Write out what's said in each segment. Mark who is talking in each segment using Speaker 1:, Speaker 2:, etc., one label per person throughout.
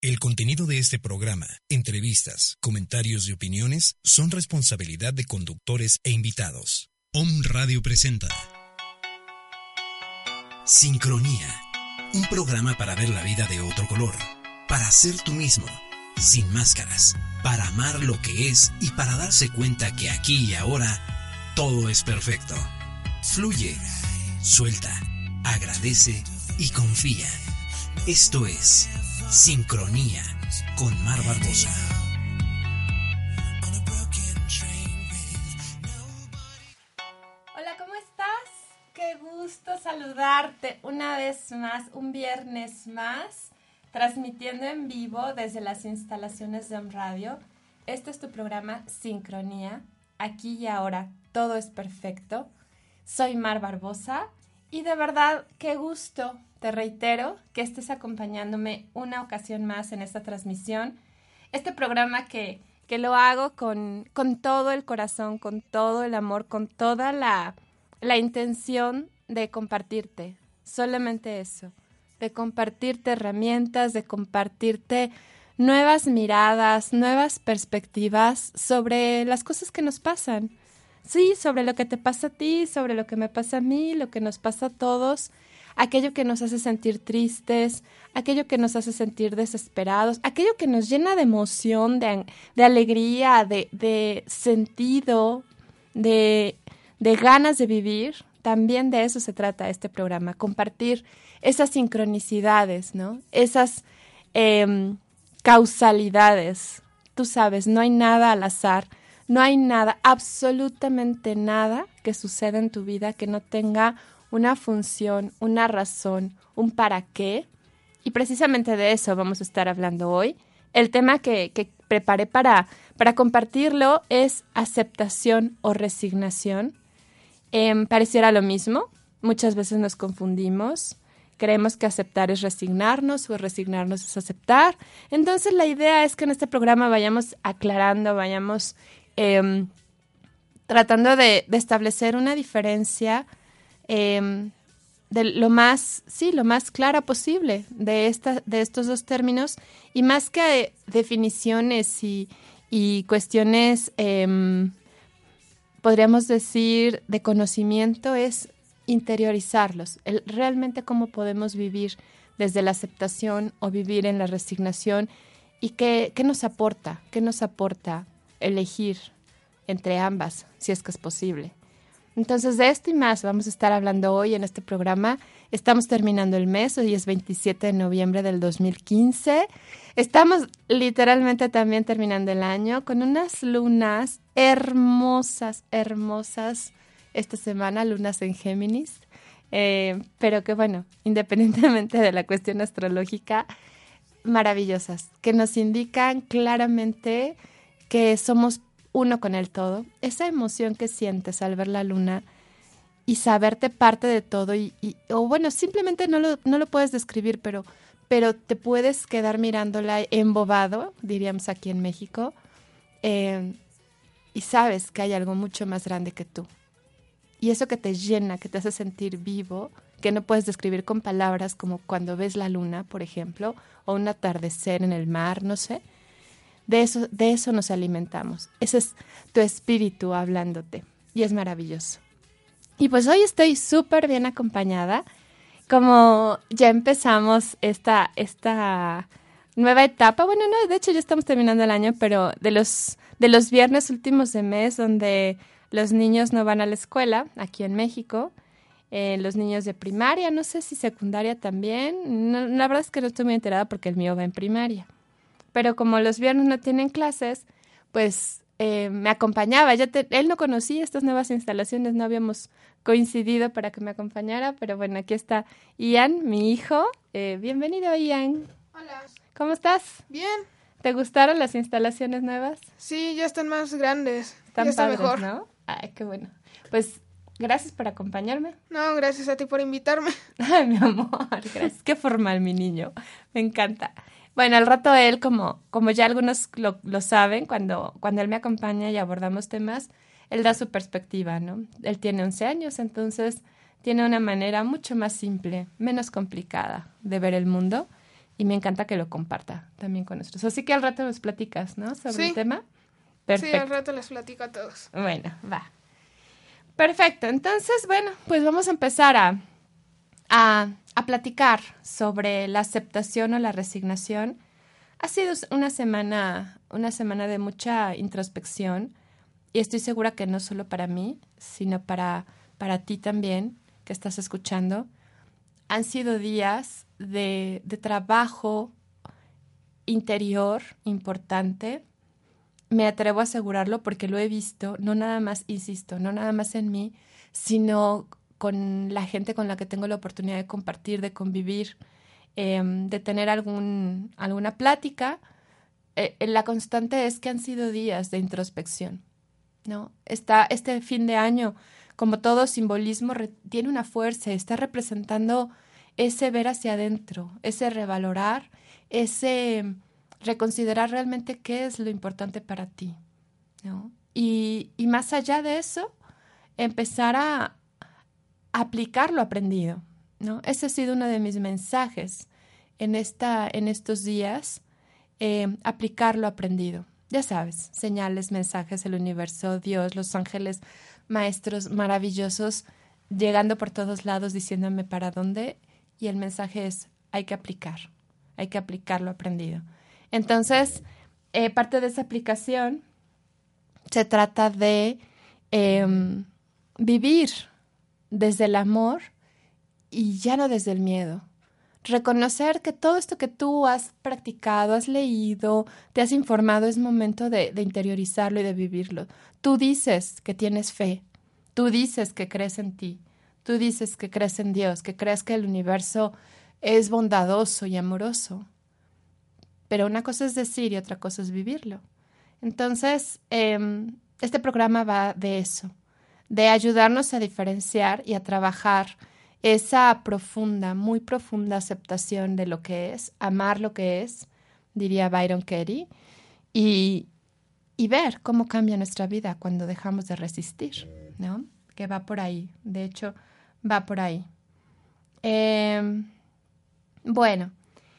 Speaker 1: El contenido de este programa, entrevistas, comentarios y opiniones son responsabilidad de conductores e invitados. Om Radio presenta Sincronía, un programa para ver la vida de otro color, para ser tú mismo, sin máscaras, para amar lo que es y para darse cuenta que aquí y ahora todo es perfecto. Fluye, suelta, agradece y confía. Esto es Sincronía con Mar Barbosa.
Speaker 2: Hola, ¿cómo estás? Qué gusto saludarte una vez más, un viernes más, transmitiendo en vivo desde las instalaciones de Om Radio. Este es tu programa Sincronía, aquí y ahora todo es perfecto. Soy Mar Barbosa y de verdad qué gusto. Te reitero que estés acompañándome una ocasión más en esta transmisión, este programa que lo hago con todo el corazón, con todo el amor, con toda la intención de compartirte, solamente eso, de compartirte herramientas, de compartirte nuevas miradas, nuevas perspectivas sobre las cosas que nos pasan. Sí, sobre lo que te pasa a ti, sobre lo que me pasa a mí, lo que nos pasa a todos. Aquello que nos hace sentir tristes, aquello que nos hace sentir desesperados, aquello que nos llena de emoción, de alegría, de sentido, de ganas de vivir. También de eso se trata este programa, compartir esas sincronicidades, ¿no? Esas causalidades. Tú sabes, no hay nada al azar, no hay nada, absolutamente nada que suceda en tu vida que no tenga una función, una razón, un para qué. Y precisamente de eso vamos a estar hablando hoy. El tema que preparé para compartirlo es aceptación o resignación. Pareciera lo mismo. Muchas veces nos confundimos. Creemos que aceptar es resignarnos o resignarnos es aceptar. Entonces la idea es que en este programa vayamos aclarando, vayamos tratando de establecer una diferencia de lo más clara posible de estos dos términos, y más que definiciones y cuestiones, podríamos decir, de conocimiento, es interiorizarlos, realmente cómo podemos vivir desde la aceptación o vivir en la resignación, y qué nos aporta elegir entre ambas, si es que es posible. Entonces, de esto y más vamos a estar hablando hoy en este programa. Estamos terminando el mes, hoy es 27 de noviembre del 2015. Estamos literalmente también terminando el año con unas lunas hermosas, hermosas esta semana, lunas en Géminis. Pero que bueno, independientemente de la cuestión astrológica, maravillosas, que nos indican claramente que somos uno con el todo, esa emoción que sientes al ver la luna y saberte parte de todo o bueno, simplemente no lo puedes describir, pero te puedes quedar mirándola embobado, diríamos aquí en México, y sabes que hay algo mucho más grande que tú. Y eso que te llena, que te hace sentir vivo, que no puedes describir con palabras, como cuando ves la luna, por ejemplo, o un atardecer en el mar, no sé. De eso nos alimentamos. Ese es tu espíritu hablándote. Y es maravilloso. Y pues hoy estoy súper bien acompañada. Como ya empezamos esta nueva etapa. Bueno, no, de hecho ya estamos terminando el año, pero de los viernes últimos de mes, donde los niños no van a la escuela, aquí en México. Los niños de primaria, no sé si secundaria también. No, la verdad es que no estoy muy enterada porque el mío va en primaria. Pero como los viernes no tienen clases, pues me acompañaba. Él no conocía estas nuevas instalaciones, no habíamos coincidido para que me acompañara, pero bueno, aquí está Ian, mi hijo. Bienvenido, Ian.
Speaker 3: Hola.
Speaker 2: ¿Cómo estás?
Speaker 3: Bien.
Speaker 2: ¿Te gustaron las instalaciones nuevas?
Speaker 3: Sí, ya están más grandes.
Speaker 2: Están
Speaker 3: ya está
Speaker 2: padres,
Speaker 3: mejor,
Speaker 2: ¿no? Ay, qué bueno. Pues gracias por acompañarme.
Speaker 3: No, gracias a ti por invitarme.
Speaker 2: Ay, mi amor, gracias. Qué formal, mi niño. Me encanta. Bueno, al rato él, como ya algunos lo saben, cuando él me acompaña y abordamos temas, él da su perspectiva, ¿no? Él tiene 11 años, entonces tiene una manera mucho más simple, menos complicada de ver el mundo, y me encanta que lo comparta también con nosotros. Así que al rato nos platicas, ¿no? Sobre el tema.
Speaker 3: Perfecto. Sí, al rato les platico a todos.
Speaker 2: Bueno, va. Perfecto. Entonces, bueno, pues vamos a empezar a platicar sobre la aceptación o la resignación. Ha sido una semana de mucha introspección y estoy segura que no solo para mí, sino para ti también, que estás escuchando. Han sido días de trabajo interior importante. Me atrevo a asegurarlo porque lo he visto, no nada más, insisto, no nada más en mí, sino con la gente con la que tengo la oportunidad de compartir, de convivir, de tener alguna plática. La constante es que han sido días de introspección, ¿no? Este fin de año, como todo simbolismo, tiene una fuerza, está representando ese ver hacia adentro, ese revalorar, ese reconsiderar realmente qué es lo importante para ti, ¿no? Y más allá de eso, empezar a aplicar lo aprendido, ¿no? Ese ha sido uno de mis mensajes en estos días, aplicar lo aprendido. Ya sabes, señales, mensajes, el universo, Dios, los ángeles, maestros maravillosos, llegando por todos lados diciéndome para dónde, y el mensaje es, hay que aplicar lo aprendido. Entonces, parte de esa aplicación se trata de vivir desde el amor y ya no desde el miedo. Reconocer que todo esto que tú has practicado, has leído, te has informado, es momento de interiorizarlo y de vivirlo. Tú dices que tienes fe, tú dices que crees en ti, tú dices que crees en Dios, que crees que el universo es bondadoso y amoroso. Pero una cosa es decir y otra cosa es vivirlo. Entonces, este programa va de eso, de ayudarnos a diferenciar y a trabajar esa profunda, muy profunda aceptación de lo que es, amar lo que es, diría Byron Katie, y ver cómo cambia nuestra vida cuando dejamos de resistir, ¿no? Que va por ahí, de hecho, va por ahí. Bueno,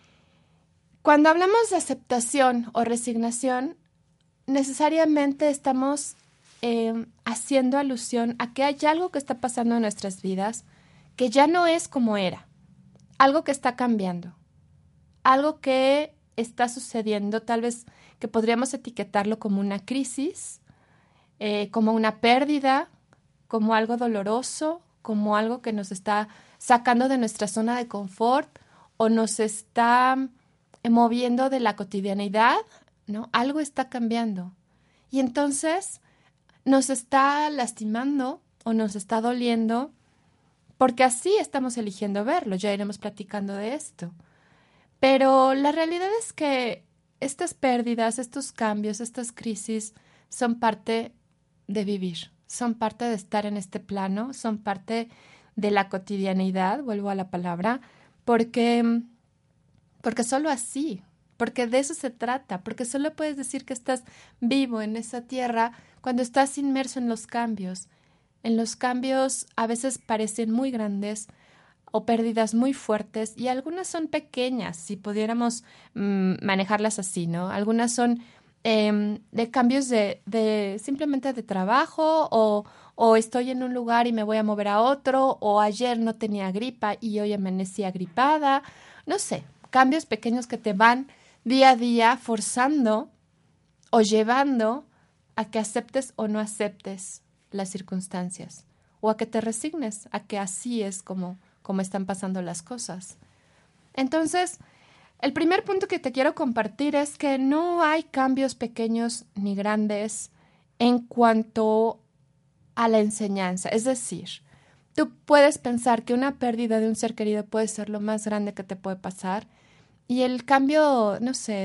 Speaker 2: cuando hablamos de aceptación o resignación, necesariamente estamos haciendo alusión a que hay algo que está pasando en nuestras vidas que ya no es como era, algo que está cambiando, algo que está sucediendo, tal vez que podríamos etiquetarlo como una crisis, como una pérdida, como algo doloroso, como algo que nos está sacando de nuestra zona de confort o nos está moviendo de la cotidianidad, ¿no? Algo está cambiando. Y entonces nos está lastimando o nos está doliendo porque así estamos eligiendo verlo. Ya iremos platicando de esto. Pero la realidad es que estas pérdidas, estos cambios, estas crisis son parte de vivir, son parte de estar en este plano, son parte de la cotidianidad, vuelvo a la palabra, porque solo así, porque de eso se trata, porque solo puedes decir que estás vivo en esa tierra cuando estás inmerso en los cambios. En los cambios a veces parecen muy grandes o pérdidas muy fuertes y algunas son pequeñas, si pudiéramos manejarlas así, ¿no? Algunas son de cambios de simplemente de trabajo o estoy en un lugar y me voy a mover a otro o ayer no tenía gripa y hoy amanecí agripada, no sé, cambios pequeños que te van día a día forzando o llevando a que aceptes o no aceptes las circunstancias o a que te resignes a que así es como están pasando las cosas. Entonces, el primer punto que te quiero compartir es que no hay cambios pequeños ni grandes en cuanto a la enseñanza. Es decir, tú puedes pensar que una pérdida de un ser querido puede ser lo más grande que te puede pasar y el cambio, no sé,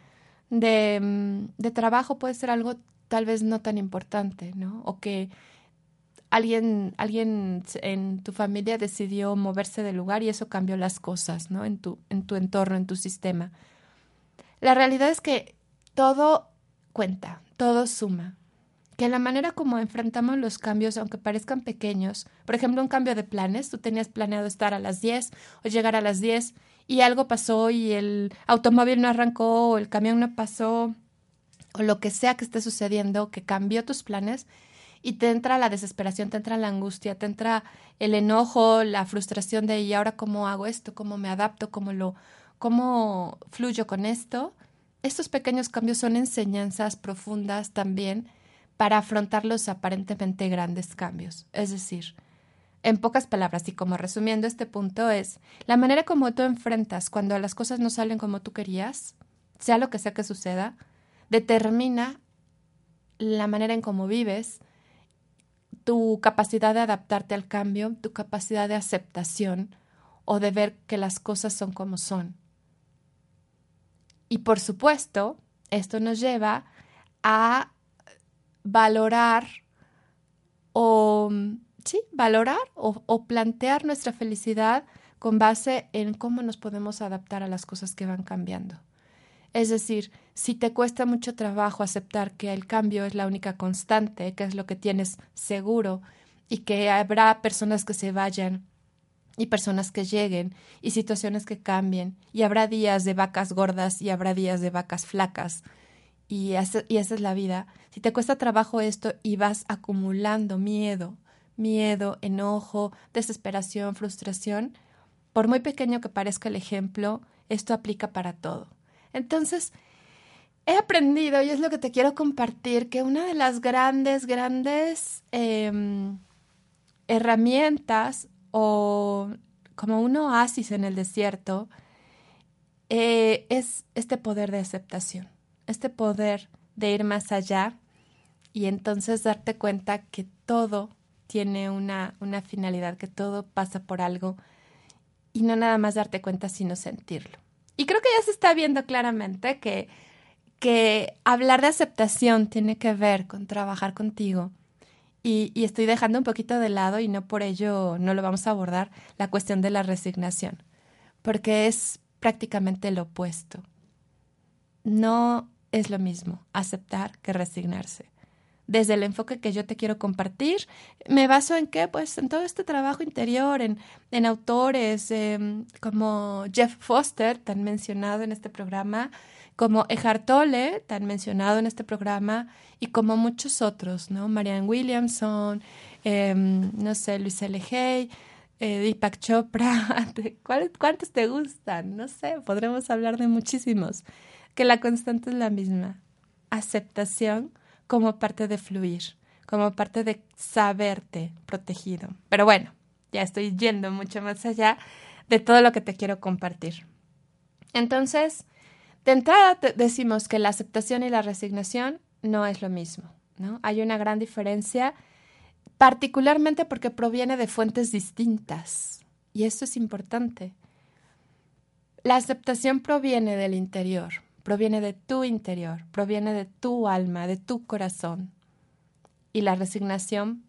Speaker 2: de trabajo puede ser algo tal vez no tan importante, ¿no? O que alguien en tu familia decidió moverse de lugar y eso cambió las cosas, ¿no? En tu entorno, en tu sistema. La realidad es que todo cuenta, todo suma. Que la manera como enfrentamos los cambios, aunque parezcan pequeños, por ejemplo, un cambio de planes, tú tenías planeado estar a las 10 o llegar a las 10 y algo pasó y el automóvil no arrancó o el camión no pasó o lo que sea que esté sucediendo que cambió tus planes y te entra la desesperación, te entra la angustia, te entra el enojo, la frustración de ¿y ahora cómo hago esto? ¿Cómo me adapto? ¿Cómo fluyo con esto? Estos pequeños cambios son enseñanzas profundas también para afrontar los aparentemente grandes cambios. Es decir, en pocas palabras y como resumiendo este punto es la manera como tú enfrentas cuando las cosas no salen como tú querías, sea lo que sea que suceda, determina la manera en cómo vives, tu capacidad de adaptarte al cambio, tu capacidad de aceptación o de ver que las cosas son como son. Y por supuesto, esto nos lleva a valorar o plantear nuestra felicidad con base en cómo nos podemos adaptar a las cosas que van cambiando. Es decir, si te cuesta mucho trabajo aceptar que el cambio es la única constante, que es lo que tienes seguro y que habrá personas que se vayan y personas que lleguen y situaciones que cambien y habrá días de vacas gordas y habrá días de vacas flacas y esa es la vida. Si te cuesta trabajo esto y vas acumulando miedo, enojo, desesperación, frustración, por muy pequeño que parezca el ejemplo, esto aplica para todo. Entonces, he aprendido, y es lo que te quiero compartir, que una de las grandes herramientas o como un oasis en el desierto es este poder de aceptación, este poder de ir más allá y entonces darte cuenta que todo tiene una finalidad, que todo pasa por algo y no nada más darte cuenta sino sentirlo. Y creo que ya se está viendo claramente que hablar de aceptación tiene que ver con trabajar contigo. Y estoy dejando un poquito de lado, y no por ello no lo vamos a abordar, la cuestión de la resignación, porque es prácticamente lo opuesto. No es lo mismo aceptar que resignarse. Desde el enfoque que yo te quiero compartir, me baso en qué, pues en todo este trabajo interior, en autores como Jeff Foster, tan mencionado en este programa, como Eckhart Tolle, tan mencionado en este programa, y como muchos otros, ¿no? Marianne Williamson, Luis L. Hay, Deepak Chopra, ¿cuántos te gustan? No sé, podremos hablar de muchísimos, que la constante es la misma, aceptación como parte de fluir, como parte de saberte protegido. Pero bueno, ya estoy yendo mucho más allá de todo lo que te quiero compartir. Entonces, de entrada decimos que la aceptación y la resignación no es lo mismo, ¿no? Hay una gran diferencia, particularmente porque proviene de fuentes distintas. Y esto es importante. La aceptación proviene del interior, proviene de tu interior, proviene de tu alma, de tu corazón. Y la resignación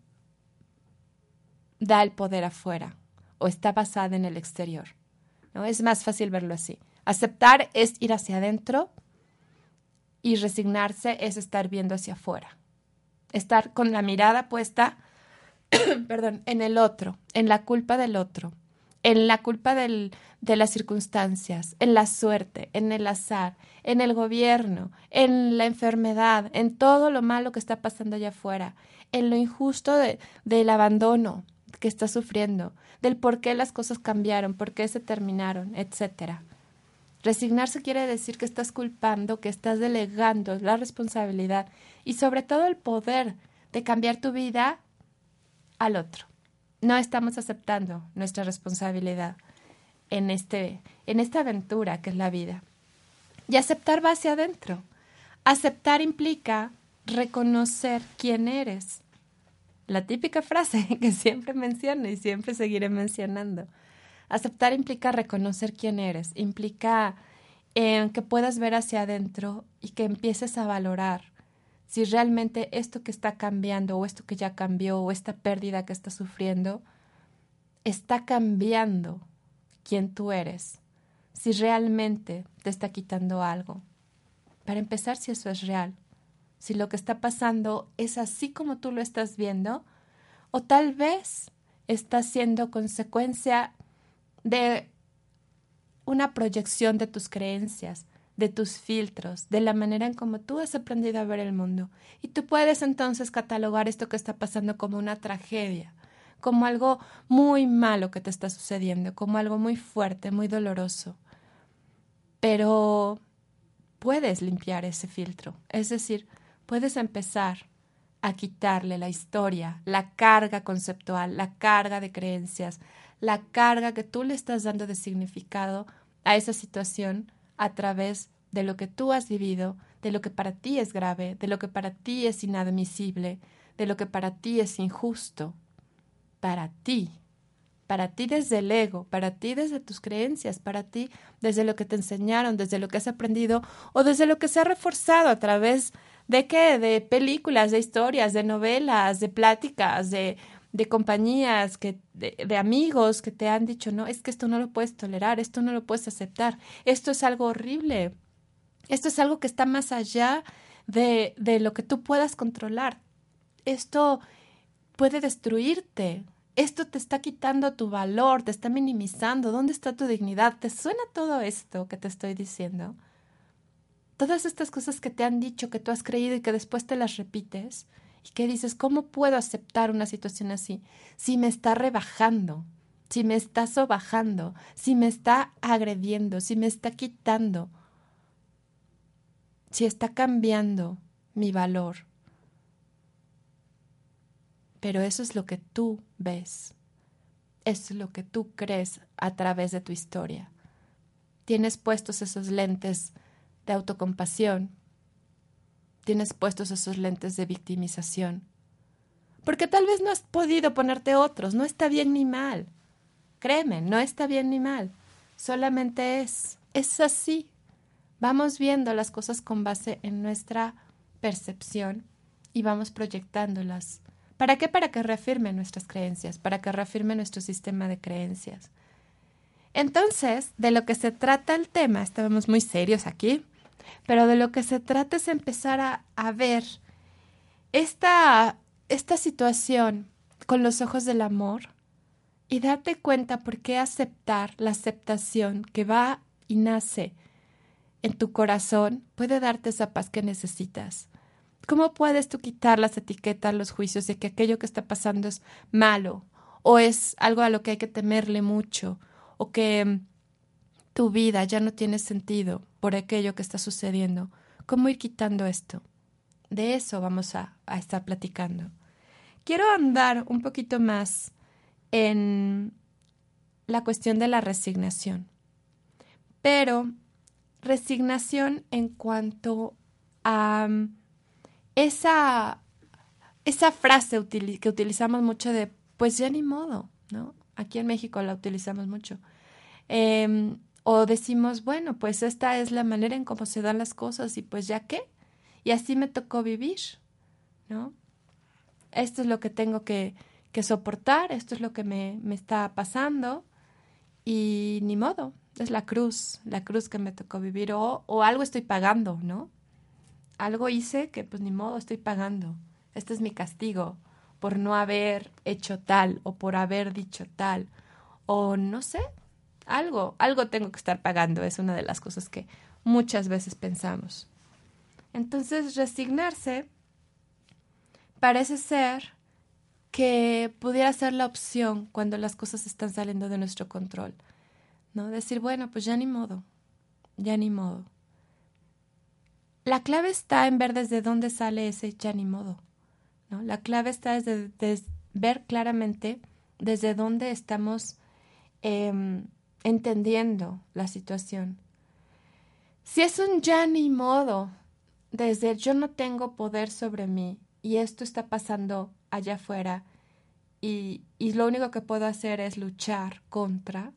Speaker 2: da el poder afuera o está basada en el exterior, ¿no? Es más fácil verlo así. Aceptar es ir hacia adentro y resignarse es estar viendo hacia afuera. Estar con la mirada puesta en el otro, en la culpa del otro, en la culpa de las circunstancias, en la suerte, en el azar, en el gobierno, en la enfermedad, en todo lo malo que está pasando allá afuera, en lo injusto del abandono que estás sufriendo, del por qué las cosas cambiaron, por qué se terminaron, etcétera. Resignarse quiere decir que estás culpando, que estás delegando la responsabilidad y sobre todo el poder de cambiar tu vida al otro. No estamos aceptando nuestra responsabilidad en esta aventura que es la vida. Y aceptar va hacia adentro. Aceptar implica reconocer quién eres. La típica frase que siempre menciono y siempre seguiré mencionando. Aceptar implica reconocer quién eres, implica que puedas ver hacia adentro y que empieces a valorar si realmente esto que está cambiando o esto que ya cambió o esta pérdida que estás sufriendo está cambiando quién tú eres, si realmente te está quitando algo. Para empezar, si eso es real, si lo que está pasando es así como tú lo estás viendo o tal vez está siendo consecuencia de una proyección de tus creencias, de tus filtros, de la manera en cómo tú has aprendido a ver el mundo. Y tú puedes entonces catalogar esto que está pasando como una tragedia, como algo muy malo que te está sucediendo, como algo muy fuerte, muy doloroso. Pero puedes limpiar ese filtro, es decir, puedes empezar a quitarle la historia, la carga conceptual, la carga de creencias, la carga que tú le estás dando de significado a esa situación a través de lo que tú has vivido, de lo que para ti es grave, de lo que para ti es inadmisible, de lo que para ti es injusto. Para ti desde el ego, para ti desde tus creencias, para ti desde lo que te enseñaron, desde lo que has aprendido o desde lo que se ha reforzado a través de qué, de películas, de historias, de novelas, de pláticas, de compañías, de amigos que te han dicho, no, es que esto no lo puedes tolerar, esto no lo puedes aceptar, esto es algo horrible, esto es algo que está más allá de lo que tú puedas controlar, esto puede destruirte. Esto te está quitando tu valor, te está minimizando. ¿Dónde está tu dignidad? ¿Te suena todo esto que te estoy diciendo? Todas estas cosas que te han dicho, que tú has creído y que después te las repites y que dices, ¿cómo puedo aceptar una situación así? Si me está rebajando, si me está sobajando, si me está agrediendo, si me está quitando, si está cambiando mi valor. Pero eso es lo que tú ves, es lo que tú crees a través de tu historia. Tienes puestos esos lentes de autocompasión, tienes puestos esos lentes de victimización, porque tal vez no has podido ponerte otros, no está bien ni mal. Créeme, no está bien ni mal, solamente es así. Vamos viendo las cosas con base en nuestra percepción y vamos proyectándolas. ¿Para qué? Para que reafirme nuestras creencias, para que reafirme nuestro sistema de creencias. Entonces, de lo que se trata el tema, estábamos muy serios aquí, pero de lo que se trata es empezar a ver esta situación con los ojos del amor y darte cuenta por qué aceptar la aceptación que va y nace en tu corazón puede darte esa paz que necesitas. ¿Cómo puedes tú quitar las etiquetas, los juicios de que aquello que está pasando es malo o es algo a lo que hay que temerle mucho o que tu vida ya no tiene sentido por aquello que está sucediendo? ¿Cómo ir quitando esto? De eso vamos a estar platicando. Quiero andar un poquito más en la cuestión de la resignación, pero resignación en cuanto a esa frase que utilizamos mucho de, pues ya ni modo, ¿no? Aquí en México la utilizamos mucho. O decimos, bueno, pues esta es la manera en cómo se dan las cosas y pues ya qué. Y así me tocó vivir, ¿no? Esto es lo que tengo que soportar, esto es lo que me está pasando y ni modo, es la cruz que me tocó vivir o algo estoy pagando, ¿no? Algo hice que pues ni modo estoy pagando. Este es mi castigo por no haber hecho tal o por haber dicho tal o no sé, algo tengo que estar pagando. Es una de las cosas que muchas veces pensamos. Entonces resignarse parece ser que pudiera ser la opción cuando las cosas están saliendo de nuestro control, ¿no? Decir, bueno, pues ya ni modo. La clave está en ver desde dónde sale ese ya ni modo, ¿no? La clave está desde ver claramente desde dónde estamos entendiendo la situación. Si es un ya ni modo, desde yo no tengo poder sobre mí y esto está pasando allá afuera y lo único que puedo hacer es luchar contra,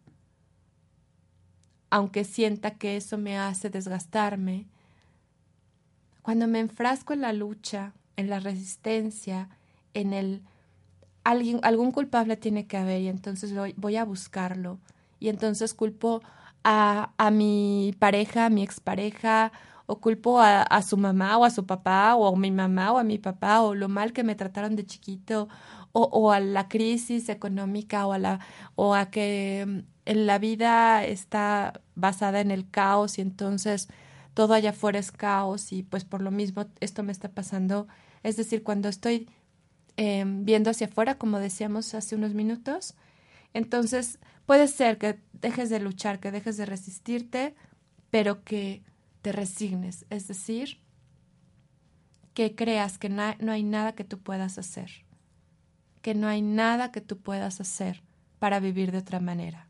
Speaker 2: aunque sienta que eso me hace desgastarme. Cuando me enfrasco en la lucha, en la resistencia, en algún culpable tiene que haber y entonces voy a buscarlo. Y entonces culpo a mi pareja, a mi expareja, o culpo a su mamá o a su papá, o a mi mamá o a mi papá, o lo mal que me trataron de chiquito, o a la crisis económica, o a que la vida está basada en el caos y entonces todo allá afuera es caos y pues por lo mismo esto me está pasando. Es decir, cuando estoy viendo hacia afuera, como decíamos hace unos minutos, entonces puede ser que dejes de luchar, que dejes de resistirte, pero que te resignes. Es decir, que creas que no hay nada que tú puedas hacer, que no hay nada que tú puedas hacer para vivir de otra manera,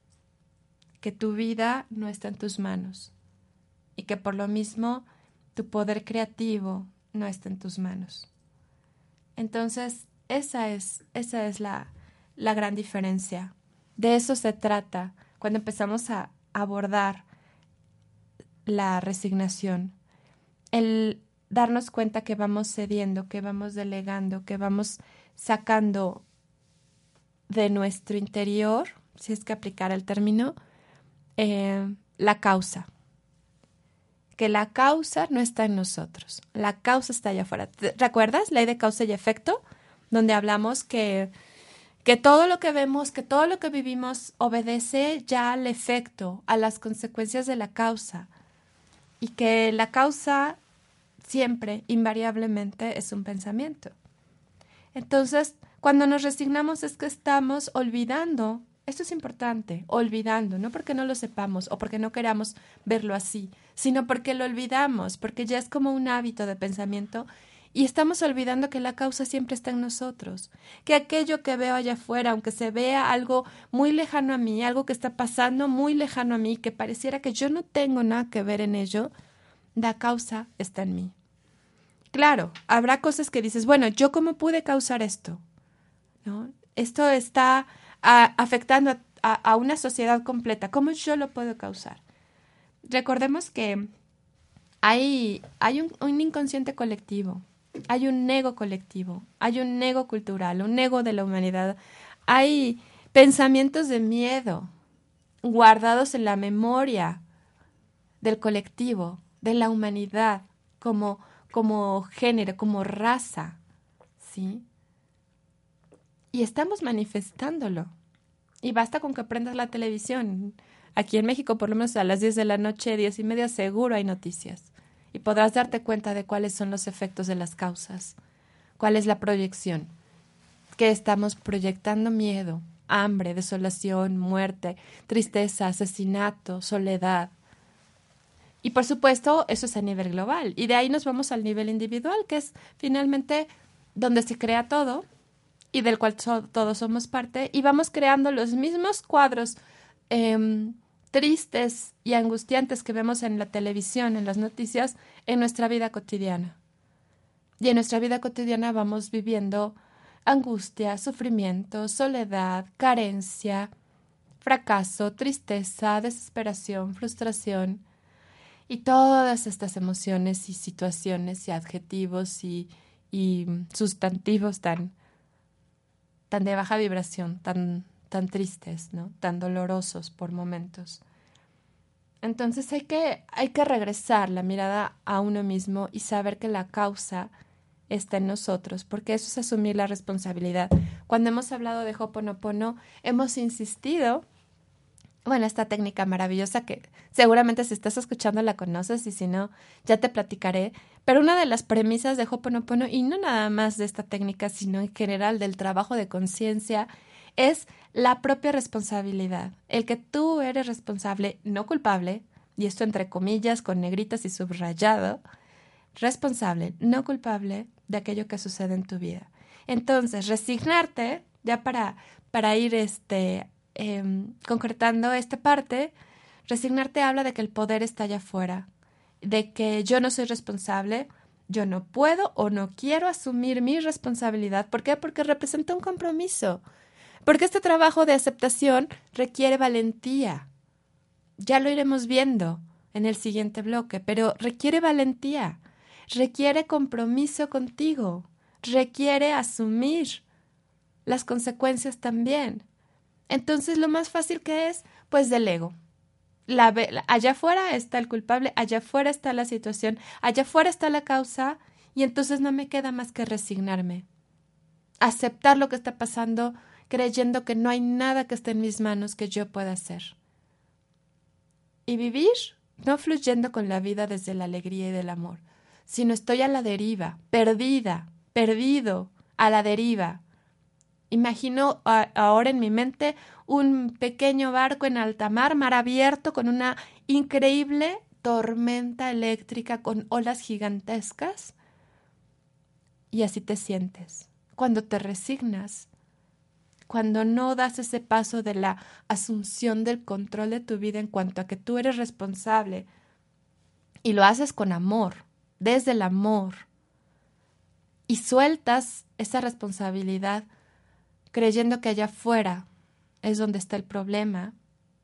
Speaker 2: que tu vida no está en tus manos y que por lo mismo tu poder creativo no está en tus manos. Entonces, esa es la gran diferencia. De eso se trata cuando empezamos a abordar la resignación, el darnos cuenta que vamos cediendo, que vamos delegando, que vamos sacando de nuestro interior, si es que aplicar el término, la causa. Que la causa no está en nosotros, la causa está allá afuera. ¿Recuerdas? Ley de causa y efecto, donde hablamos que todo lo que vemos, que todo lo que vivimos obedece ya al efecto, a las consecuencias de la causa. Y que la causa siempre, invariablemente, es un pensamiento. Entonces, cuando nos resignamos es que estamos olvidando, esto es importante, olvidando, no porque no lo sepamos o porque no queramos verlo así, sino porque lo olvidamos, porque ya es como un hábito de pensamiento y estamos olvidando que la causa siempre está en nosotros, que aquello que veo allá afuera, aunque se vea algo muy lejano a mí, algo que está pasando muy lejano a mí, que pareciera que yo no tengo nada que ver en ello, la causa está en mí. Claro, habrá cosas que dices, bueno, ¿yo cómo pude causar esto? ¿No? Esto está afectando a una sociedad completa. ¿Cómo yo lo puedo causar? Recordemos que hay un inconsciente colectivo, hay un ego colectivo, hay un ego cultural, un ego de la humanidad. Hay pensamientos de miedo guardados en la memoria del colectivo, de la humanidad, como género, como raza, ¿sí? Y estamos manifestándolo. Y basta con que prendas la televisión. Aquí en México, por lo menos a las 10 de la noche, 10:30, seguro hay noticias. Y podrás darte cuenta de cuáles son los efectos de las causas. ¿Cuál es la proyección? Que estamos proyectando miedo, hambre, desolación, muerte, tristeza, asesinato, soledad. Y por supuesto, eso es a nivel global. Y de ahí nos vamos al nivel individual, que es finalmente donde se crea todo y del cual todos somos parte. Y vamos creando los mismos cuadros tristes y angustiantes que vemos en la televisión, en las noticias, en nuestra vida cotidiana. Y en nuestra vida cotidiana vamos viviendo angustia, sufrimiento, soledad, carencia, fracaso, tristeza, desesperación, frustración. Y todas estas emociones y situaciones y adjetivos y sustantivos tan de baja vibración, tan tristes, ¿no? Tan dolorosos por momentos. Entonces hay que regresar la mirada a uno mismo y saber que la causa está en nosotros, porque eso es asumir la responsabilidad. Cuando hemos hablado de Ho'oponopono, hemos insistido, bueno, esta técnica maravillosa que seguramente si estás escuchando la conoces y si no, ya te platicaré. Pero una de las premisas de Ho'oponopono, y no nada más de esta técnica, sino en general del trabajo de conciencia, es la propia responsabilidad. El que tú eres responsable, no culpable, y esto entre comillas, con negritas y subrayado, responsable, no culpable de aquello que sucede en tu vida. Entonces, resignarte, ya para ir concretando esta parte, resignarte habla de que el poder está allá afuera, de que yo no soy responsable, yo no puedo o no quiero asumir mi responsabilidad. ¿Por qué? Porque representa un compromiso, porque este trabajo de aceptación requiere valentía. Ya lo iremos viendo en el siguiente bloque, pero requiere valentía, requiere compromiso contigo, requiere asumir las consecuencias también. Entonces, lo más fácil que es, pues delego. Allá afuera está el culpable, allá afuera está la situación, allá afuera está la causa, y entonces no me queda más que resignarme. Aceptar lo que está pasando, creyendo que no hay nada que esté en mis manos que yo pueda hacer. Y vivir no fluyendo con la vida desde la alegría y del amor, sino estoy a la deriva, perdido, a la deriva. Imagino ahora en mi mente un pequeño barco en alta mar, mar abierto, con una increíble tormenta eléctrica con olas gigantescas. Y así te sientes. Cuando te resignas, cuando no das ese paso de la asunción del control de tu vida en cuanto a que tú eres responsable y lo haces con amor, desde el amor, y sueltas esa responsabilidad creyendo que allá afuera es donde está el problema,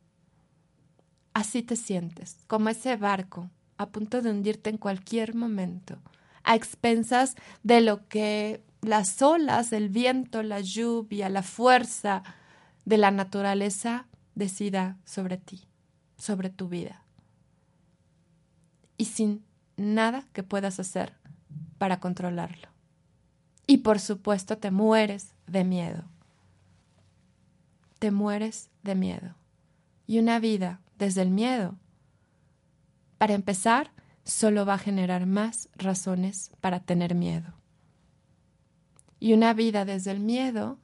Speaker 2: así te sientes, como ese barco a punto de hundirte en cualquier momento, a expensas de lo que las olas, el viento, la lluvia, la fuerza de la naturaleza decida sobre ti, sobre tu vida. Y sin nada que puedas hacer para controlarlo. Y por supuesto te mueres de miedo. Te mueres de miedo. Y una vida desde el miedo, para empezar, solo va a generar más razones para tener miedo. Y una vida desde el miedo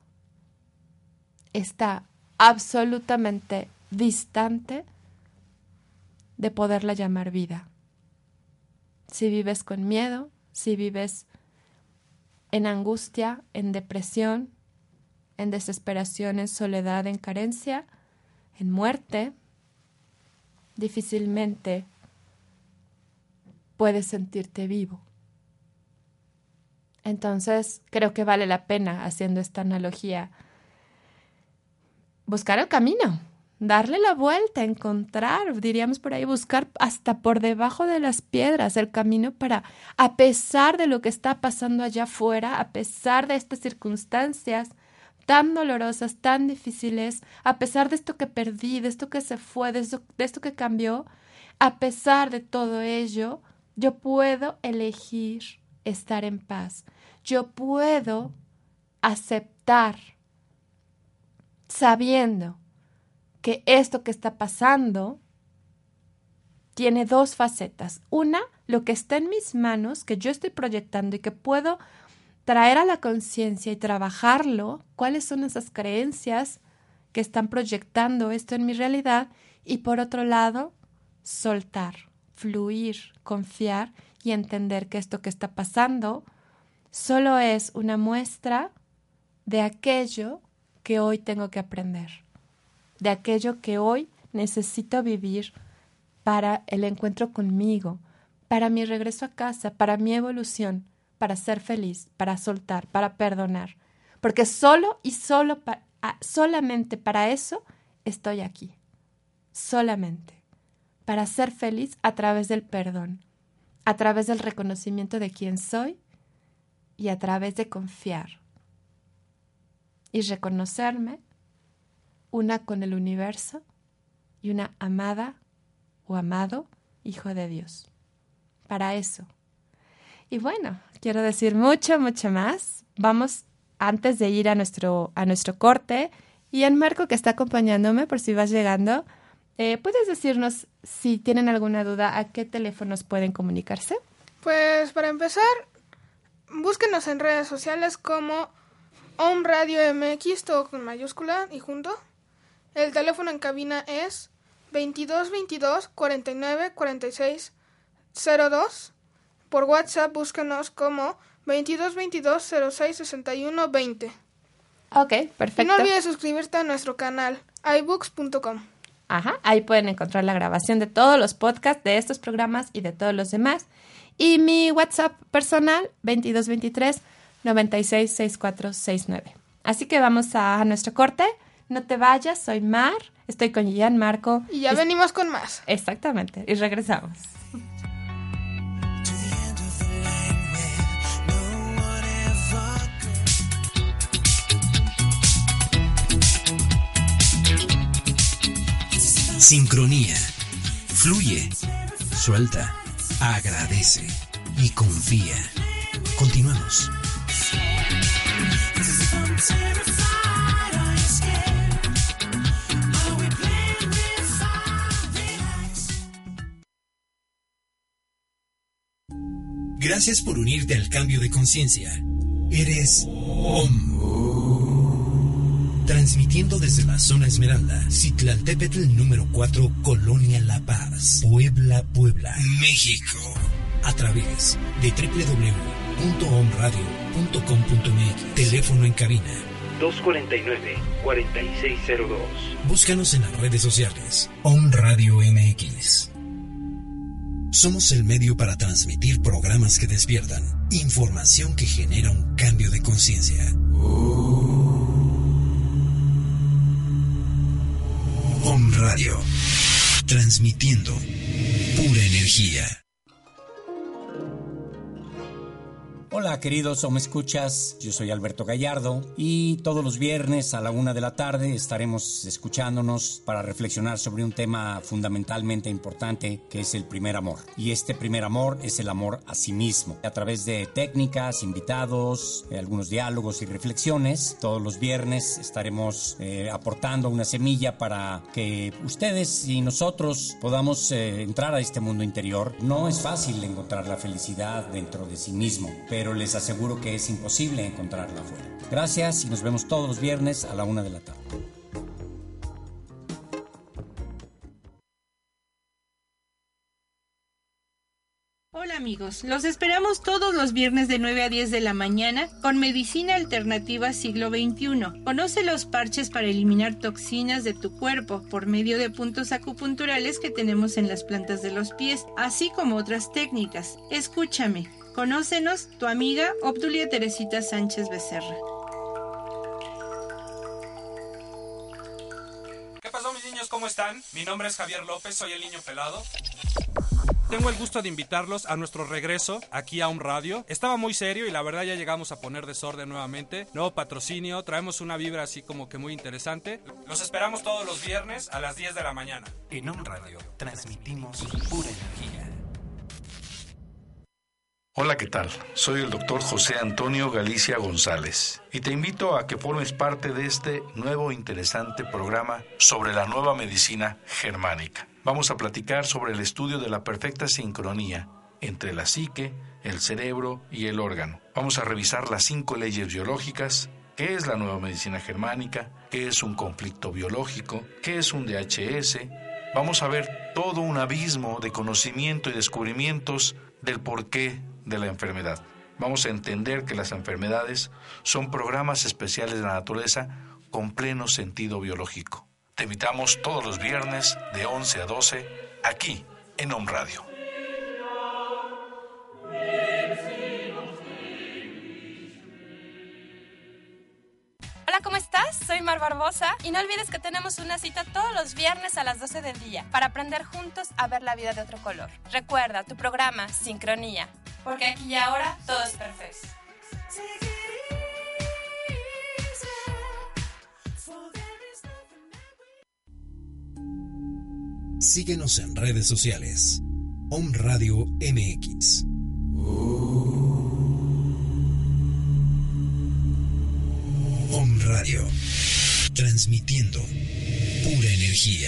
Speaker 2: está absolutamente distante de poderla llamar vida. Si vives con miedo, si vives en angustia, en depresión, en desesperación, en soledad, en carencia, en muerte, difícilmente puedes sentirte vivo. Entonces, creo que vale la pena, haciendo esta analogía, buscar el camino, darle la vuelta, encontrar, diríamos por ahí, buscar hasta por debajo de las piedras el camino para, a pesar de lo que está pasando allá afuera, a pesar de estas circunstancias tan dolorosas, tan difíciles, a pesar de esto que perdí, de esto que se fue, de esto que cambió, a pesar de todo ello, yo puedo elegir estar en paz. Yo puedo aceptar, sabiendo que esto que está pasando tiene dos facetas. Una, lo que está en mis manos, que yo estoy proyectando y que puedo traer a la conciencia y trabajarlo, cuáles son esas creencias que están proyectando esto en mi realidad, y por otro lado, soltar, fluir, confiar y entender que esto que está pasando solo es una muestra de aquello que hoy tengo que aprender, de aquello que hoy necesito vivir para el encuentro conmigo, para mi regreso a casa, para mi evolución, para ser feliz, para soltar, para perdonar. Porque solamente para eso estoy aquí. Solamente. Para ser feliz a través del perdón, a través del reconocimiento de quién soy y a través de confiar. Y reconocerme una con el universo y una amada o amado hijo de Dios. Para eso. Y bueno, quiero decir mucho más. Vamos, antes de ir a nuestro corte, y en Marco, que está acompañándome por si vas llegando, ¿puedes decirnos si tienen alguna duda a qué teléfonos pueden comunicarse?
Speaker 3: Pues para empezar, búsquenos en redes sociales como Om Radio MX, todo con mayúscula y junto. El teléfono en cabina es 2222 49 46 02. Por WhatsApp búsquenos como 2222 06 61 20.
Speaker 2: Ok, perfecto.
Speaker 3: Y no olvides suscribirte a nuestro canal iBooks.com.
Speaker 2: Ajá, ahí pueden encontrar la grabación de todos los podcasts de estos programas y de todos los demás. Y mi WhatsApp personal, 2223 96 64 69. Así que vamos a nuestro corte. No te vayas, soy Mar, estoy con Gian, Marco.
Speaker 3: Y ya venimos con más.
Speaker 2: Exactamente, y regresamos.
Speaker 1: Sincronía. Fluye, suelta, agradece y confía. Continuamos. Gracias por unirte al cambio de conciencia. Eres OM. Transmitiendo desde la zona Esmeralda, Citlaltépetl número 4, Colonia La Paz, Puebla, México. A través de www.omradio.com.mx. Teléfono en cabina
Speaker 4: 249-4602.
Speaker 1: Búscanos en las redes sociales. OM Radio MX. Somos el medio para transmitir programas que despiertan, información que genera un cambio de conciencia. OM Radio, transmitiendo pura energía.
Speaker 5: Hola queridos OM Escuchas, yo soy Alberto Gallardo y todos los viernes a la 1 de la tarde estaremos escuchándonos para reflexionar sobre un tema fundamentalmente importante que es el primer amor. Y este primer amor es el amor a sí mismo. A través de técnicas, invitados, algunos diálogos y reflexiones, todos los viernes estaremos aportando una semilla para que ustedes y nosotros podamos entrar a este mundo interior. No es fácil encontrar la felicidad dentro de sí mismo, pero les aseguro que es imposible encontrarla afuera. Gracias y nos vemos todos los viernes a la 1 de la tarde.
Speaker 6: Hola amigos, los esperamos todos los viernes de 9 a 10 de la mañana con Medicina Alternativa Siglo XXI. Conoce los parches para eliminar toxinas de tu cuerpo por medio de puntos acupunturales que tenemos en las plantas de los pies, así como otras técnicas. Escúchame. Conócenos, tu amiga Obdulia Teresita Sánchez Becerra.
Speaker 7: ¿Qué pasó, mis niños? ¿Cómo están? Mi nombre es Javier López, soy el niño pelado. Tengo el gusto de invitarlos a nuestro regreso aquí a OM Radio. Estaba muy serio y la verdad ya llegamos a poner desorden nuevamente. Nuevo patrocinio, traemos una vibra así como que muy interesante. Los esperamos todos los viernes a las 10 de la mañana.
Speaker 1: En OM Radio transmitimos pura energía.
Speaker 8: Hola, ¿qué tal? Soy el doctor José Antonio Galicia González y te invito a que formes parte de este nuevo interesante programa sobre la nueva medicina germánica. Vamos a platicar sobre el estudio de la perfecta sincronía entre la psique, el cerebro y el órgano. Vamos a revisar las 5 leyes biológicas, qué es la nueva medicina germánica, qué es un conflicto biológico, qué es un DHS. Vamos a ver todo un abismo de conocimiento y descubrimientos del porqué de la enfermedad. Vamos a entender que las enfermedades son programas especiales de la naturaleza con pleno sentido biológico. Te invitamos todos los viernes de 11 a 12 aquí en OM Radio.
Speaker 2: Hola, ¿cómo estás? Soy Mar Barbosa y no olvides que tenemos una cita todos los viernes a las 12 del día para aprender juntos a ver la vida de otro color. Recuerda, tu programa Sincronía, porque aquí y ahora todo es perfecto.
Speaker 1: Síguenos en redes sociales. OM Radio MX. OM Radio, transmitiendo pura energía.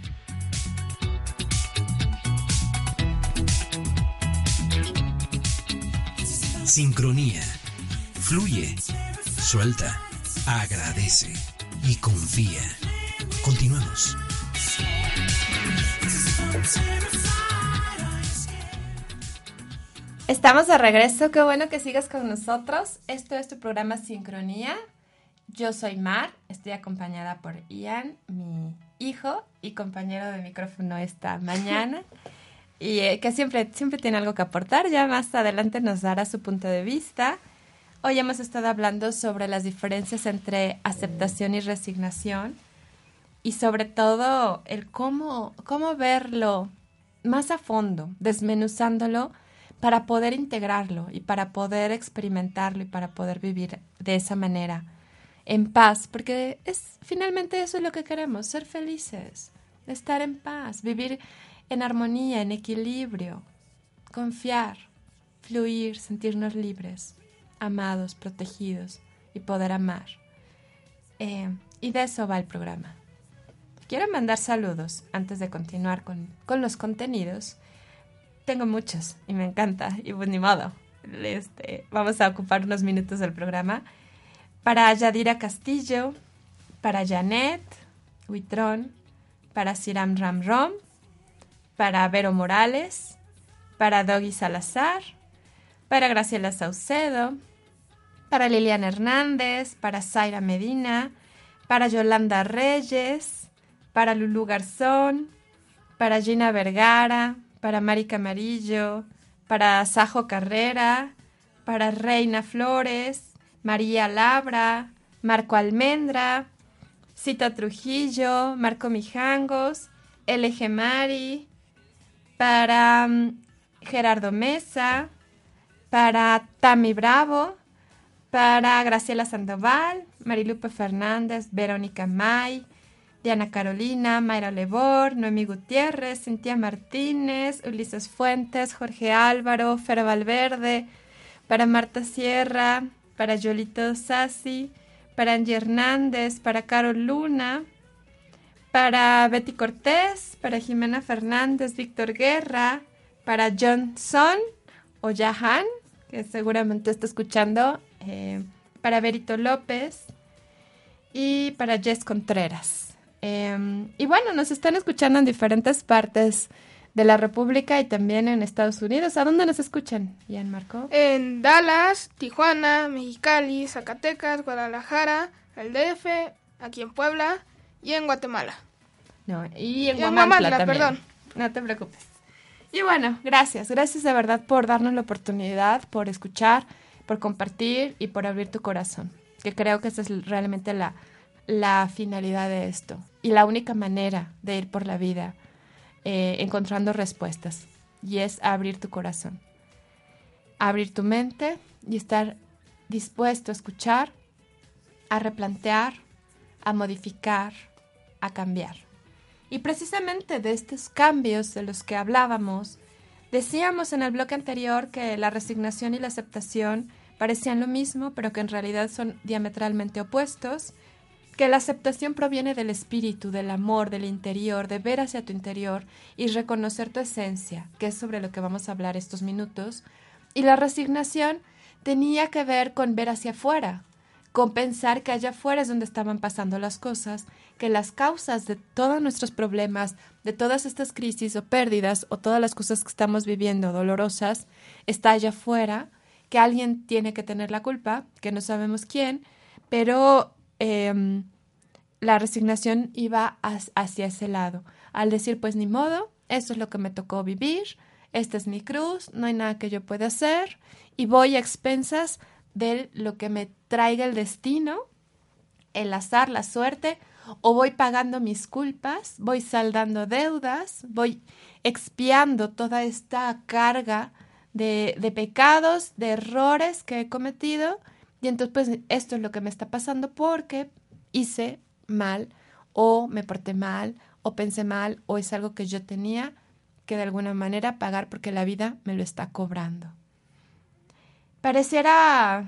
Speaker 1: Sincronía. Fluye, suelta, agradece y confía. Continuamos.
Speaker 2: Estamos de regreso, qué bueno que sigas con nosotros. Esto es tu programa Sincronía. Yo soy Mar, estoy acompañada por Ian, mi hijo y compañero de micrófono esta mañana, y que siempre tiene algo que aportar. Ya más adelante nos dará su punto de vista. Hoy hemos estado hablando sobre las diferencias entre aceptación y resignación, y sobre todo el cómo verlo más a fondo, desmenuzándolo, para poder integrarlo y para poder experimentarlo y para poder vivir de esa manera, en paz, porque finalmente eso es lo que queremos, ser felices, estar en paz, vivir en armonía, en equilibrio, confiar, fluir, sentirnos libres, amados, protegidos y poder amar. Y de eso va el programa. Quiero mandar saludos antes de continuar con los contenidos. Tengo muchos y me encanta, y pues ni modo, vamos a ocupar unos minutos del programa. Para Yadira Castillo, para Janet Huitrón, para Siram Ramrom, para Vero Morales, para Doggy Salazar, para Graciela Saucedo, para Liliana Hernández, para Zaira Medina, para Yolanda Reyes, para Lulú Garzón, para Gina Vergara, para Mari Camarillo, para Sajo Carrera, para Reina Flores, María Labra, Marco Almendra, Cita Trujillo, Marco Mijangos, LG Mari, para Gerardo Mesa, para Tami Bravo, para Graciela Sandoval, Marilupe Fernández, Verónica May, Diana Carolina, Mayra Lebor, Noemí Gutiérrez, Cintia Martínez, Ulises Fuentes, Jorge Álvaro, Fer Valverde, para Marta Sierra, para Yolito Sassi, para Angie Hernández, para Carol Luna, para Betty Cortés, para Jimena Fernández, Víctor Guerra, para Johnson o Jahan, que seguramente está escuchando, para Berito López y para Jess Contreras. Y bueno, nos están escuchando en diferentes partes de la República y también en Estados Unidos. ¿A dónde nos escuchan, Gianmarco?
Speaker 3: En Dallas, Tijuana, Mexicali, Zacatecas, Guadalajara, el DF, aquí en Puebla y en Guatemala.
Speaker 2: No, y en Huamantla también.
Speaker 3: Perdón.
Speaker 2: No te preocupes. Y bueno, gracias de verdad por darnos la oportunidad, por escuchar, por compartir y por abrir tu corazón. Que creo que esa es realmente la finalidad de esto. Y la única manera de ir por la vida encontrando respuestas. Y es abrir tu corazón. Abrir tu mente y estar dispuesto a escuchar, a replantear, a modificar, a cambiar. Y precisamente de estos cambios de los que hablábamos, decíamos en el bloque anterior que la resignación y la aceptación parecían lo mismo, pero que en realidad son diametralmente opuestos, que la aceptación proviene del espíritu, del amor, del interior, de ver hacia tu interior y reconocer tu esencia, que es sobre lo que vamos a hablar estos minutos, y la resignación tenía que ver con ver hacia afuera, con pensar que allá afuera es donde estaban pasando las cosas, que las causas de todos nuestros problemas, de todas estas crisis o pérdidas o todas las cosas que estamos viviendo dolorosas, está allá afuera, que alguien tiene que tener la culpa, que no sabemos quién, pero la resignación iba hacia ese lado, al decir pues ni modo, esto es lo que me tocó vivir, esta es mi cruz, no hay nada que yo pueda hacer y voy a expensas de lo que me traiga el destino, el azar, la suerte, o voy pagando mis culpas, voy saldando deudas, voy expiando toda esta carga de pecados, de errores que he cometido, y entonces pues esto es lo que me está pasando porque hice mal, o me porté mal, o pensé mal, o es algo que yo tenía que de alguna manera pagar porque la vida me lo está cobrando. Pareciera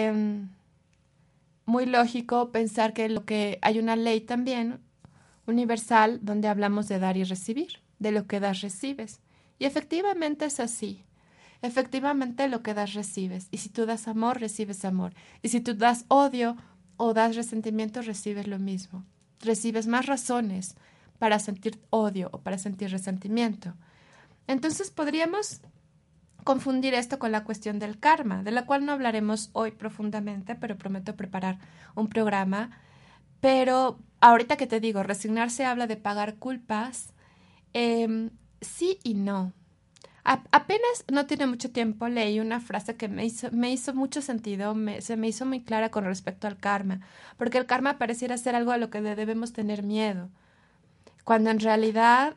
Speaker 2: muy lógico pensar que hay una ley también universal donde hablamos de dar y recibir, de lo que das recibes. Y efectivamente es así. Efectivamente lo que das recibes. Y si tú das amor, recibes amor. Y si tú das odio o das resentimiento, recibes lo mismo. Recibes más razones para sentir odio o para sentir resentimiento. Entonces podríamos confundir esto con la cuestión del karma, de la cual no hablaremos hoy profundamente, pero prometo preparar un programa. Pero ahorita que te digo, resignarse habla de pagar culpas, sí y no. Apenas no tiene mucho tiempo leí una frase que me hizo mucho sentido, se me hizo muy clara con respecto al karma, porque el karma pareciera ser algo a lo que debemos tener miedo, cuando en realidad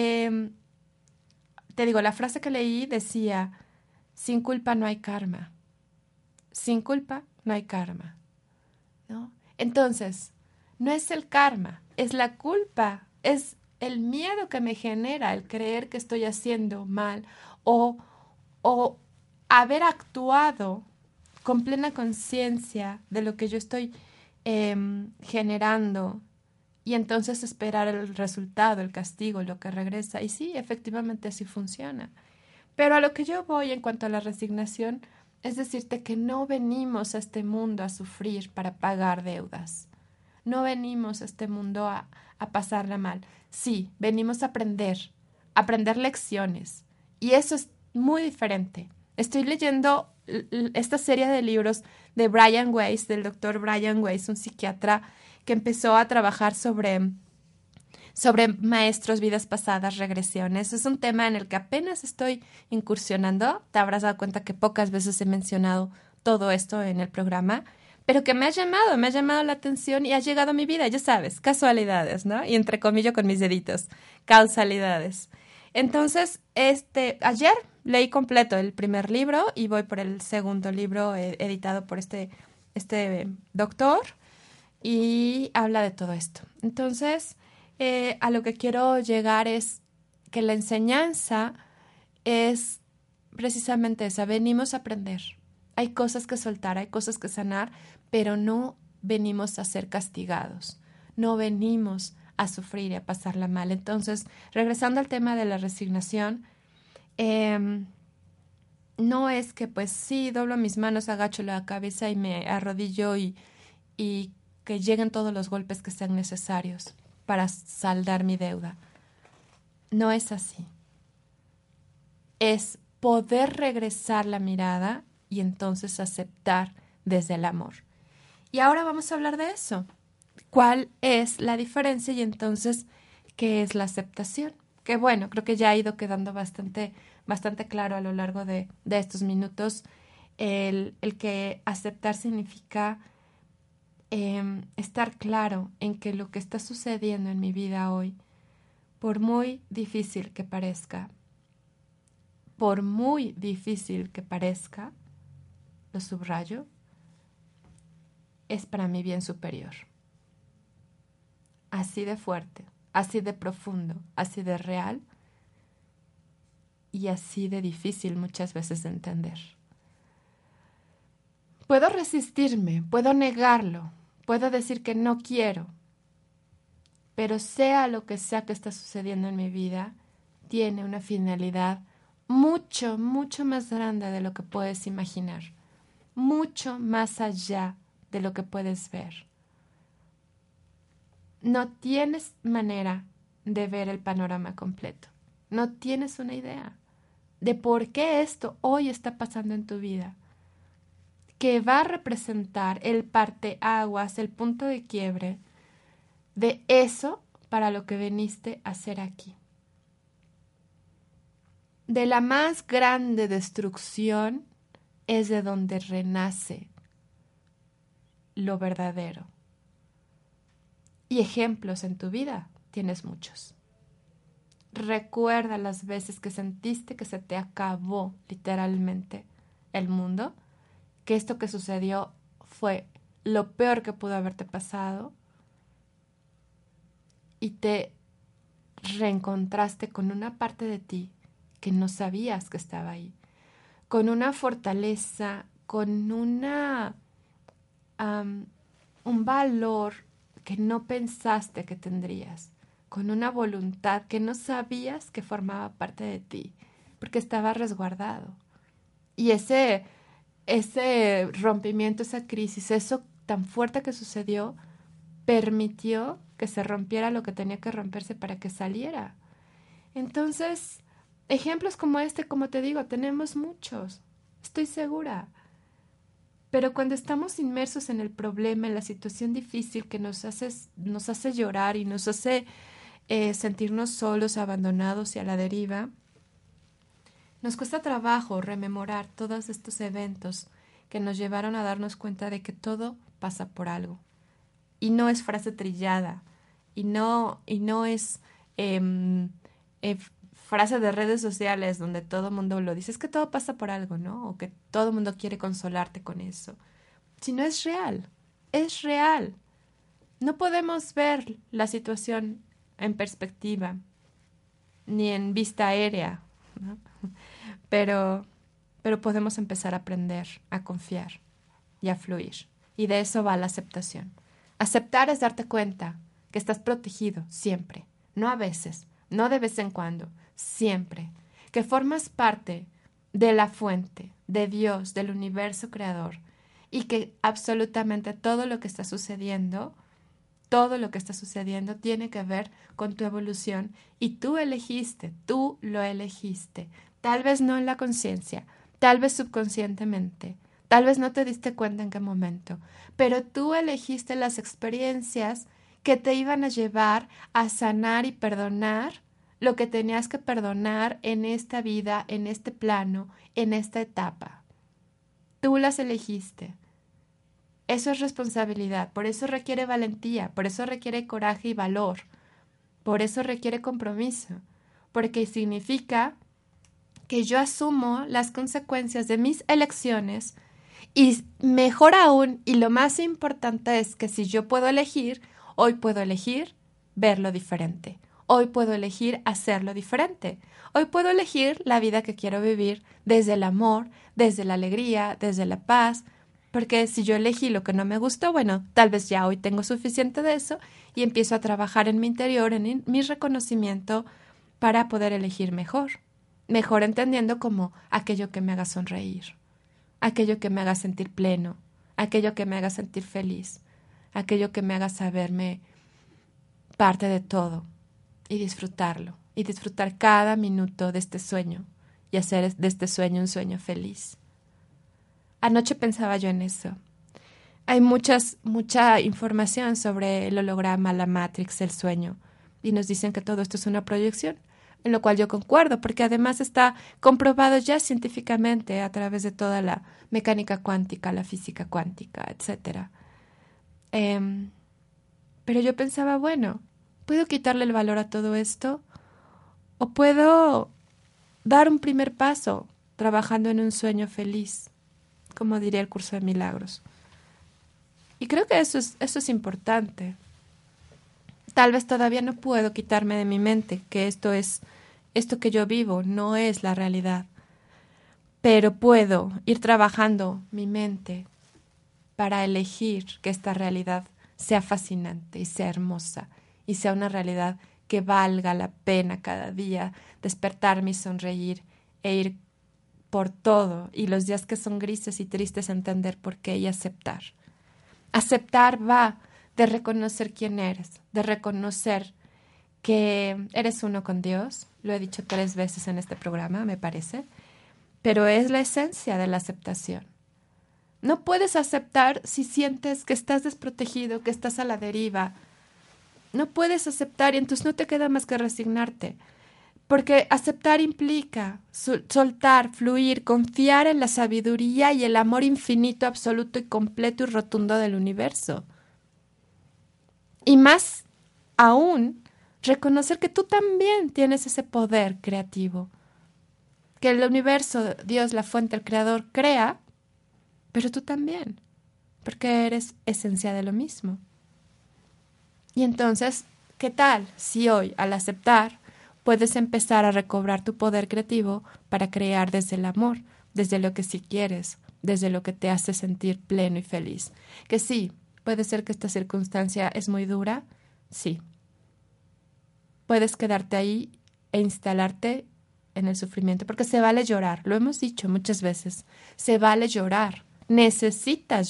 Speaker 2: te digo, la frase que leí decía, sin culpa no hay karma. Sin culpa no hay karma, ¿no? Entonces, no es el karma, es la culpa, es el miedo que me genera el creer que estoy haciendo mal o haber actuado con plena conciencia de lo que yo estoy generando. Y entonces esperar el resultado, el castigo, lo que regresa. Y sí, efectivamente así funciona. Pero a lo que yo voy en cuanto a la resignación es decirte que no venimos a este mundo a sufrir para pagar deudas. No venimos a este mundo a pasarla mal. Sí, venimos a aprender lecciones. Y eso es muy diferente. Estoy leyendo esta serie de libros de Brian Weiss, del doctor Brian Weiss, un psiquiatra que empezó a trabajar sobre maestros, vidas pasadas, regresiones. Es un tema en el que apenas estoy incursionando. Te habrás dado cuenta que pocas veces he mencionado todo esto en el programa, pero que me ha llamado la atención y ha llegado a mi vida, ya sabes, casualidades, ¿no? Y entrecomillo con mis deditos, causalidades. Entonces, ayer leí completo el primer libro y voy por el segundo libro editado por este doctor y habla de todo esto. Entonces, a lo que quiero llegar es que la enseñanza es precisamente esa, venimos a aprender. Hay cosas que soltar, hay cosas que sanar, pero no venimos a ser castigados, no venimos a sufrir y a pasarla mal. Entonces, regresando al tema de la resignación, no es que pues sí, doblo mis manos, agacho la cabeza y me arrodillo y que lleguen todos los golpes que sean necesarios para saldar mi deuda. No es así. Es poder regresar la mirada y entonces aceptar desde el amor. Y ahora vamos a hablar de eso. ¿Cuál es la diferencia y entonces qué es la aceptación? Que bueno, creo que ya ha ido quedando bastante claro a lo largo de estos minutos el que aceptar significa estar claro en que lo que está sucediendo en mi vida hoy, por muy difícil que parezca, lo subrayo, es para mi bien superior. Así de fuerte, así de profundo, así de real y así de difícil muchas veces de entender. Puedo resistirme, puedo negarlo, puedo decir que no quiero, pero sea lo que sea que está sucediendo en mi vida, tiene una finalidad mucho, mucho más grande de lo que puedes imaginar, mucho más allá de lo que puedes ver. No tienes manera de ver el panorama completo, no tienes una idea de por qué esto hoy está pasando en tu vida, que va a representar el parteaguas, el punto de quiebre de eso para lo que viniste a hacer aquí. De la más grande destrucción es de donde renace lo verdadero. Y ejemplos en tu vida tienes muchos. Recuerda las veces que sentiste que se te acabó literalmente el mundo, que esto que sucedió fue lo peor que pudo haberte pasado y te reencontraste con una parte de ti que no sabías que estaba ahí, con una fortaleza, con un valor que no pensaste que tendrías, con una voluntad que no sabías que formaba parte de ti, porque estaba resguardado. Y ese rompimiento, esa crisis, eso tan fuerte que sucedió, permitió que se rompiera lo que tenía que romperse para que saliera. Entonces, ejemplos como este, como te digo, tenemos muchos, estoy segura. Pero cuando estamos inmersos en el problema, en la situación difícil que nos hace llorar y nos hace sentirnos solos, abandonados y a la deriva, nos cuesta trabajo rememorar todos estos eventos que nos llevaron a darnos cuenta de que todo pasa por algo. Y no es frase trillada, y no es frase de redes sociales donde todo el mundo lo dice, es que todo pasa por algo, ¿no? O que todo el mundo quiere consolarte con eso. Sino es real, es real. No podemos ver la situación en perspectiva, ni en vista aérea, ¿no? Pero podemos empezar a aprender, a confiar y a fluir. Y de eso va la aceptación. Aceptar es darte cuenta que estás protegido siempre, no a veces, no de vez en cuando, siempre. Que formas parte de la fuente, de Dios, del universo creador, y que absolutamente todo lo que está sucediendo tiene que ver con tu evolución y tú lo elegiste. Tal vez no en la conciencia, tal vez subconscientemente, tal vez no te diste cuenta en qué momento, pero tú elegiste las experiencias que te iban a llevar a sanar y perdonar lo que tenías que perdonar en esta vida, en este plano, en esta etapa. Tú las elegiste. Eso es responsabilidad, por eso requiere valentía, por eso requiere coraje y valor, por eso requiere compromiso, porque significa que yo asumo las consecuencias de mis elecciones y mejor aún, y lo más importante es que si yo puedo elegir, hoy puedo elegir verlo diferente, hoy puedo elegir hacerlo diferente, hoy puedo elegir la vida que quiero vivir desde el amor, desde la alegría, desde la paz. Porque si yo elegí lo que no me gustó, bueno, tal vez ya hoy tengo suficiente de eso y empiezo a trabajar en mi interior, en mi reconocimiento para poder elegir mejor. Mejor entendiendo como aquello que me haga sonreír, aquello que me haga sentir pleno, aquello que me haga sentir feliz, aquello que me haga saberme parte de todo y disfrutarlo, y disfrutar cada minuto de este sueño y hacer de este sueño un sueño feliz. Anoche pensaba yo en eso. Hay mucha información sobre el holograma, la Matrix, el sueño, y nos dicen que todo esto es una proyección, en lo cual yo concuerdo, porque además está comprobado ya científicamente a través de toda la mecánica cuántica, la física cuántica, etc. Pero yo pensaba, bueno, ¿puedo quitarle el valor a todo esto? ¿O puedo dar un primer paso trabajando en un sueño feliz? Como diría el curso de milagros. Y creo que eso es importante. Tal vez todavía no puedo quitarme de mi mente que esto que yo vivo no es la realidad. Pero puedo ir trabajando mi mente para elegir que esta realidad sea fascinante y sea hermosa y sea una realidad que valga la pena cada día despertarme y sonreír e ir por todo, y los días que son grises y tristes entender por qué y aceptar. Aceptar va de reconocer quién eres, de reconocer que eres uno con Dios. Lo he dicho 3 veces en este programa, me parece, pero es la esencia de la aceptación. No puedes aceptar si sientes que estás desprotegido, que estás a la deriva. No puedes aceptar y entonces no te queda más que resignarte. Porque aceptar implica soltar, fluir, confiar en la sabiduría y el amor infinito, absoluto y completo y rotundo del universo. Y más aún, reconocer que tú también tienes ese poder creativo. Que el universo, Dios, la fuente, el creador, crea, pero tú también, porque eres esencia de lo mismo. Y entonces, ¿qué tal si hoy, al aceptar, puedes empezar a recobrar tu poder creativo para crear desde el amor, desde lo que sí quieres, desde lo que te hace sentir pleno y feliz? Que sí, puede ser que esta circunstancia es muy dura, sí. Puedes quedarte ahí e instalarte en el sufrimiento, porque se vale llorar, lo hemos dicho muchas veces, se vale llorar, necesitas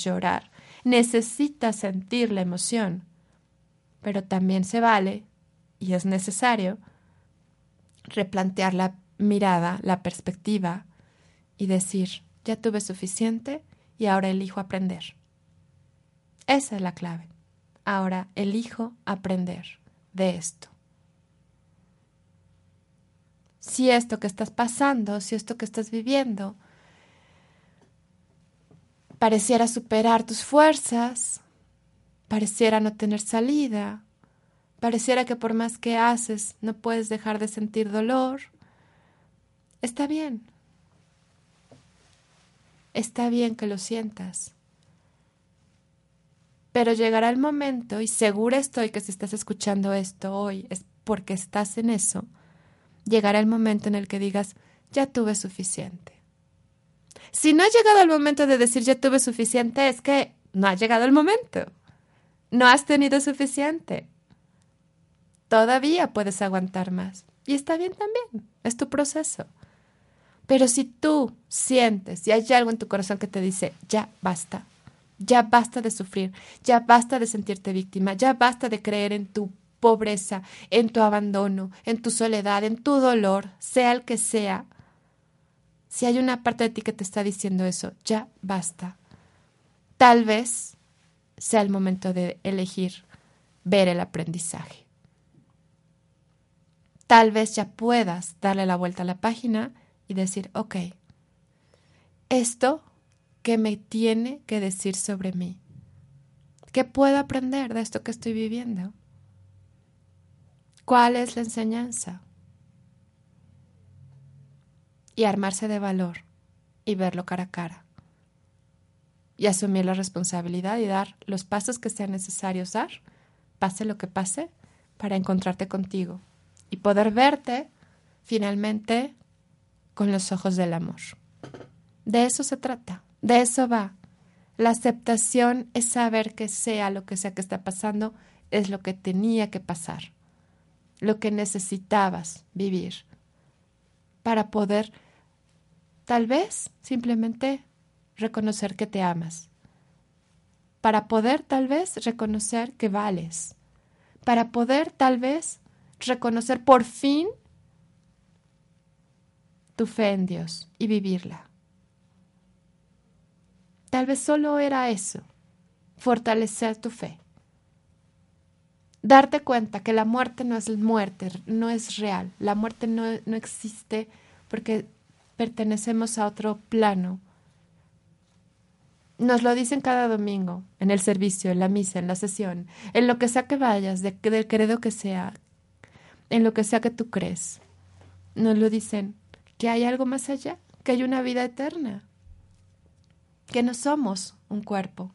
Speaker 2: sentir la emoción, pero también se vale, y es necesario, replantear la mirada, la perspectiva y decir, ya tuve suficiente y ahora elijo aprender. Esa es la clave. Ahora elijo aprender de esto. Si esto que estás pasando, si esto que estás viviendo pareciera superar tus fuerzas, pareciera no tener salida, pareciera que por más que haces no puedes dejar de sentir dolor, está bien. Está bien que lo sientas. Pero llegará el momento, y segura estoy que si estás escuchando esto hoy es porque estás en eso, llegará el momento en el que digas, ya tuve suficiente. Si no ha llegado el momento de decir ya tuve suficiente, es que no ha llegado el momento. No has tenido suficiente. Todavía puedes aguantar más. Y está bien también, es tu proceso. Pero si tú sientes y hay algo en tu corazón que te dice, ya basta de sufrir, ya basta de sentirte víctima, ya basta de creer en tu pobreza, en tu abandono, en tu soledad, en tu dolor, sea el que sea, si hay una parte de ti que te está diciendo eso, ya basta. Tal vez sea el momento de elegir ver el aprendizaje. Tal vez ya puedas darle la vuelta a la página y decir, ok, esto ¿qué me tiene que decir sobre mí? ¿Qué puedo aprender de esto que estoy viviendo? ¿Cuál es la enseñanza? Y armarse de valor y verlo cara a cara. Y asumir la responsabilidad y dar los pasos que sean necesarios dar, pase lo que pase, para encontrarte contigo y poder verte finalmente con los ojos del amor. De eso se trata, de eso va. La aceptación es saber que sea lo que sea que está pasando, es lo que tenía que pasar, lo que necesitabas vivir para poder, tal vez, simplemente reconocer que te amas, para poder, tal vez, reconocer que vales, para poder, tal vez, reconocer por fin tu fe en Dios y vivirla. Tal vez solo era eso, fortalecer tu fe. Darte cuenta que la muerte no es muerte, no es real. La muerte no existe porque pertenecemos a otro plano. Nos lo dicen cada domingo, en el servicio, en la misa, en la sesión, en lo que sea que vayas, del credo que sea, en lo que sea que tú crees. Nos lo dicen, que hay algo más allá, que hay una vida eterna, que no somos un cuerpo.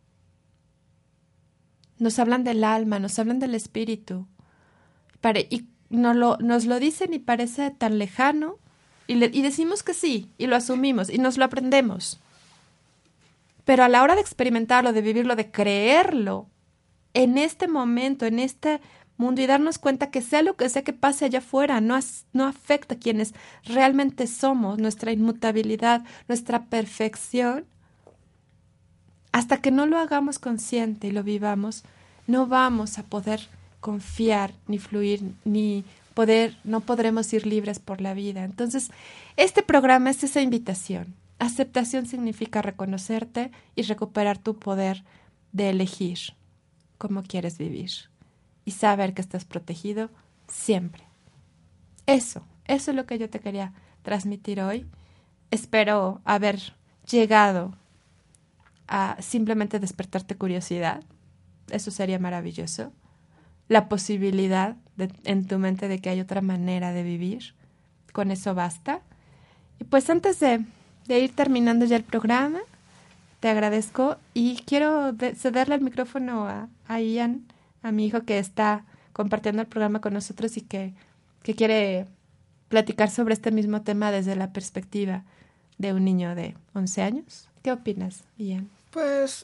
Speaker 2: Nos hablan del alma, nos hablan del espíritu. Y nos lo dicen y parece tan lejano, y decimos que sí, y lo asumimos, y nos lo aprendemos. Pero a la hora de experimentarlo, de vivirlo, de creerlo, en este momento, en este mundo, y darnos cuenta que sea lo que sea que pase allá afuera, no afecta a quienes realmente somos, nuestra inmutabilidad, nuestra perfección. Hasta que no lo hagamos consciente y lo vivamos, no vamos a poder confiar, ni fluir, no podremos ir libres por la vida. Entonces, este programa es esa invitación. Aceptación significa reconocerte y recuperar tu poder de elegir cómo quieres vivir y saber que estás protegido siempre. Eso es lo que yo te quería transmitir hoy. Espero haber llegado a simplemente despertarte curiosidad. Eso sería maravilloso. La posibilidad en tu mente de que hay otra manera de vivir. Con eso basta. Y pues antes de ir terminando ya el programa, te agradezco y quiero cederle el micrófono a Ian, a mi hijo que está compartiendo el programa con nosotros y que quiere platicar sobre este mismo tema desde la perspectiva de un niño de 11 años. ¿Qué opinas, Ian?
Speaker 3: Pues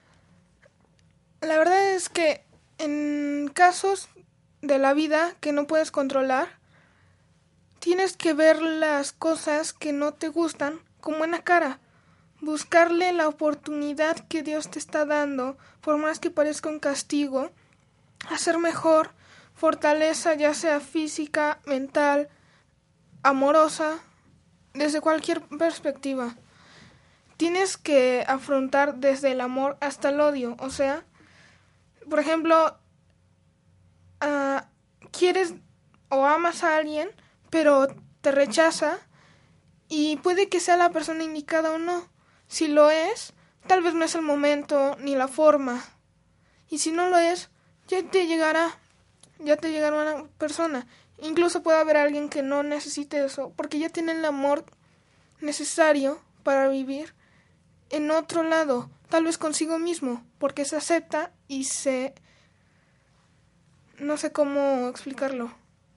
Speaker 3: la verdad es que en casos de la vida que no puedes controlar, tienes que ver las cosas que no te gustan con buena cara, buscarle la oportunidad que Dios te está dando, por más que parezca un castigo, hacer mejor, fortaleza ya sea física, mental, amorosa, desde cualquier perspectiva. Tienes que afrontar desde el amor hasta el odio. O sea, por ejemplo, quieres o amas a alguien, pero te rechaza y puede que sea la persona indicada o no. Si lo es, tal vez no es el momento ni la forma. Y si no lo es, ya te llegará una persona. Incluso puede haber alguien que no necesite eso, porque ya tiene el amor necesario para vivir en otro lado, tal vez consigo mismo, porque se acepta y no sé cómo explicarlo.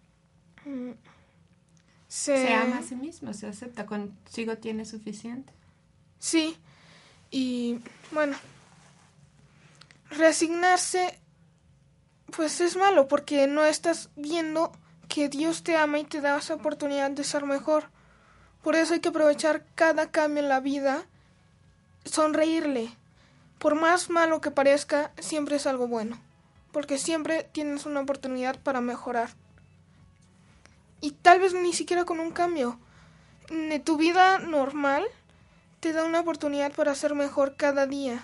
Speaker 2: Se ama a sí mismo, se acepta, consigo tiene suficiente.
Speaker 3: Sí, y bueno, resignarse pues es malo porque no estás viendo que Dios te ama y te da esa oportunidad de ser mejor. Por eso hay que aprovechar cada cambio en la vida, sonreírle. Por más malo que parezca, siempre es algo bueno, porque siempre tienes una oportunidad para mejorar. Y tal vez ni siquiera con un cambio. Tu vida normal te da una oportunidad para ser mejor cada día.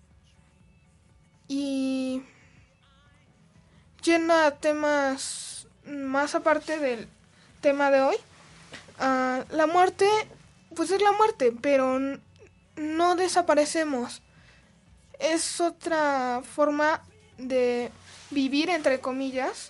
Speaker 3: Y yendo a temas más aparte del tema de hoy, la muerte, pues es la muerte, pero no desaparecemos. Es otra forma de vivir, entre comillas,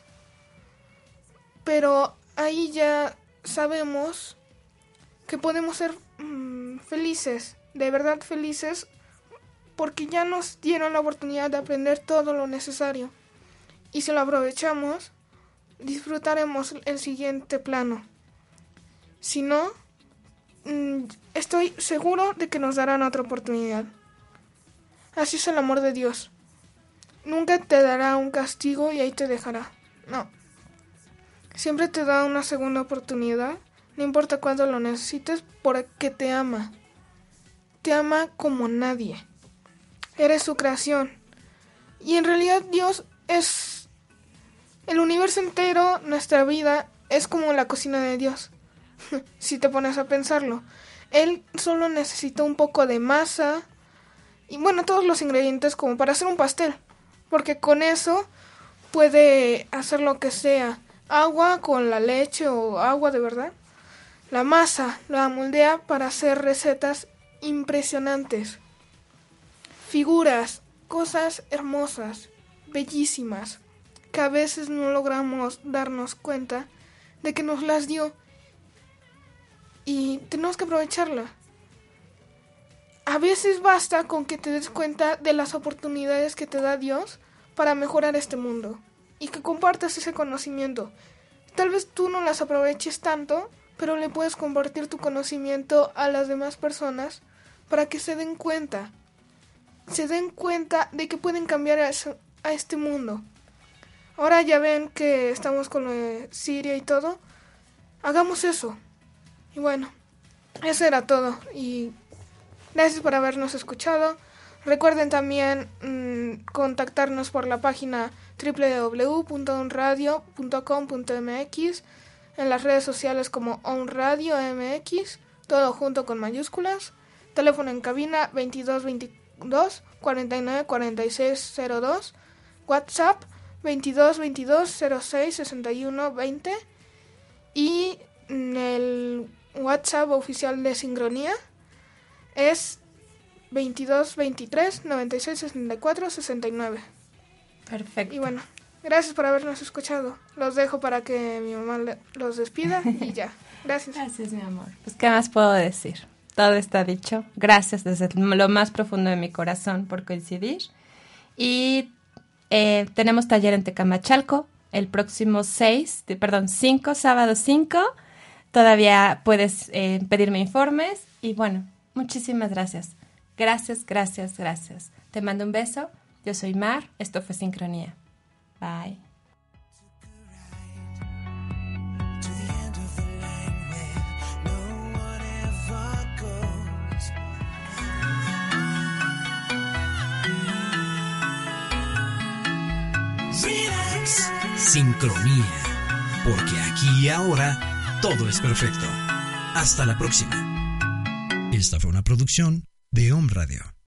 Speaker 3: pero ahí ya sabemos que podemos ser felices, de verdad felices, porque ya nos dieron la oportunidad de aprender todo lo necesario. Y si lo aprovechamos, disfrutaremos el siguiente plano. Si no, estoy seguro de que nos darán otra oportunidad. Así es el amor de Dios. Nunca te dará un castigo y ahí te dejará. No. Siempre te da una segunda oportunidad, no importa cuándo lo necesites, porque te ama. Te ama como nadie. Eres su creación. Y en realidad Dios es el universo entero, nuestra vida es como la cocina de Dios. Si te pones a pensarlo. Él solo necesita un poco de masa y bueno, todos los ingredientes como para hacer un pastel, porque con eso puede hacer lo que sea, agua con la leche o agua de verdad. La masa la moldea para hacer recetas impresionantes, figuras, cosas hermosas, bellísimas, que a veces no logramos darnos cuenta de que nos las dio y tenemos que aprovecharla. A veces basta con que te des cuenta de las oportunidades que te da Dios para mejorar este mundo y que compartas ese conocimiento. Tal vez tú no las aproveches tanto, pero le puedes compartir tu conocimiento a las demás personas para que se den cuenta de que pueden cambiar a este mundo. Ahora ya ven que estamos con lo de Siria y todo. Hagamos eso. Y bueno, eso era todo. Y gracias por habernos escuchado. Recuerden también contactarnos por la página www.onradio.com.mx, en las redes sociales como OnRadio MX, todo junto con mayúsculas. Teléfono en cabina 2222 49 46 02, WhatsApp 22 22 06 61 20 y el WhatsApp oficial de Sincronía es 22 23 96 64 69.
Speaker 2: Perfecto.
Speaker 3: Y bueno, gracias por habernos escuchado. Los dejo para que mi mamá los despida y ya. Gracias.
Speaker 2: Gracias, mi amor. Pues, ¿qué más puedo decir? Todo está dicho. Gracias desde lo más profundo de mi corazón por coincidir. Y tenemos taller en Tecamachalco el próximo 5, sábado 5. Todavía puedes pedirme informes. Y bueno, muchísimas gracias. Gracias. Te mando un beso. Yo soy Mar. Esto fue Sincronía. Bye.
Speaker 1: Sincronía, porque aquí y ahora todo es perfecto. Hasta la próxima. Esta fue una producción de OM Radio.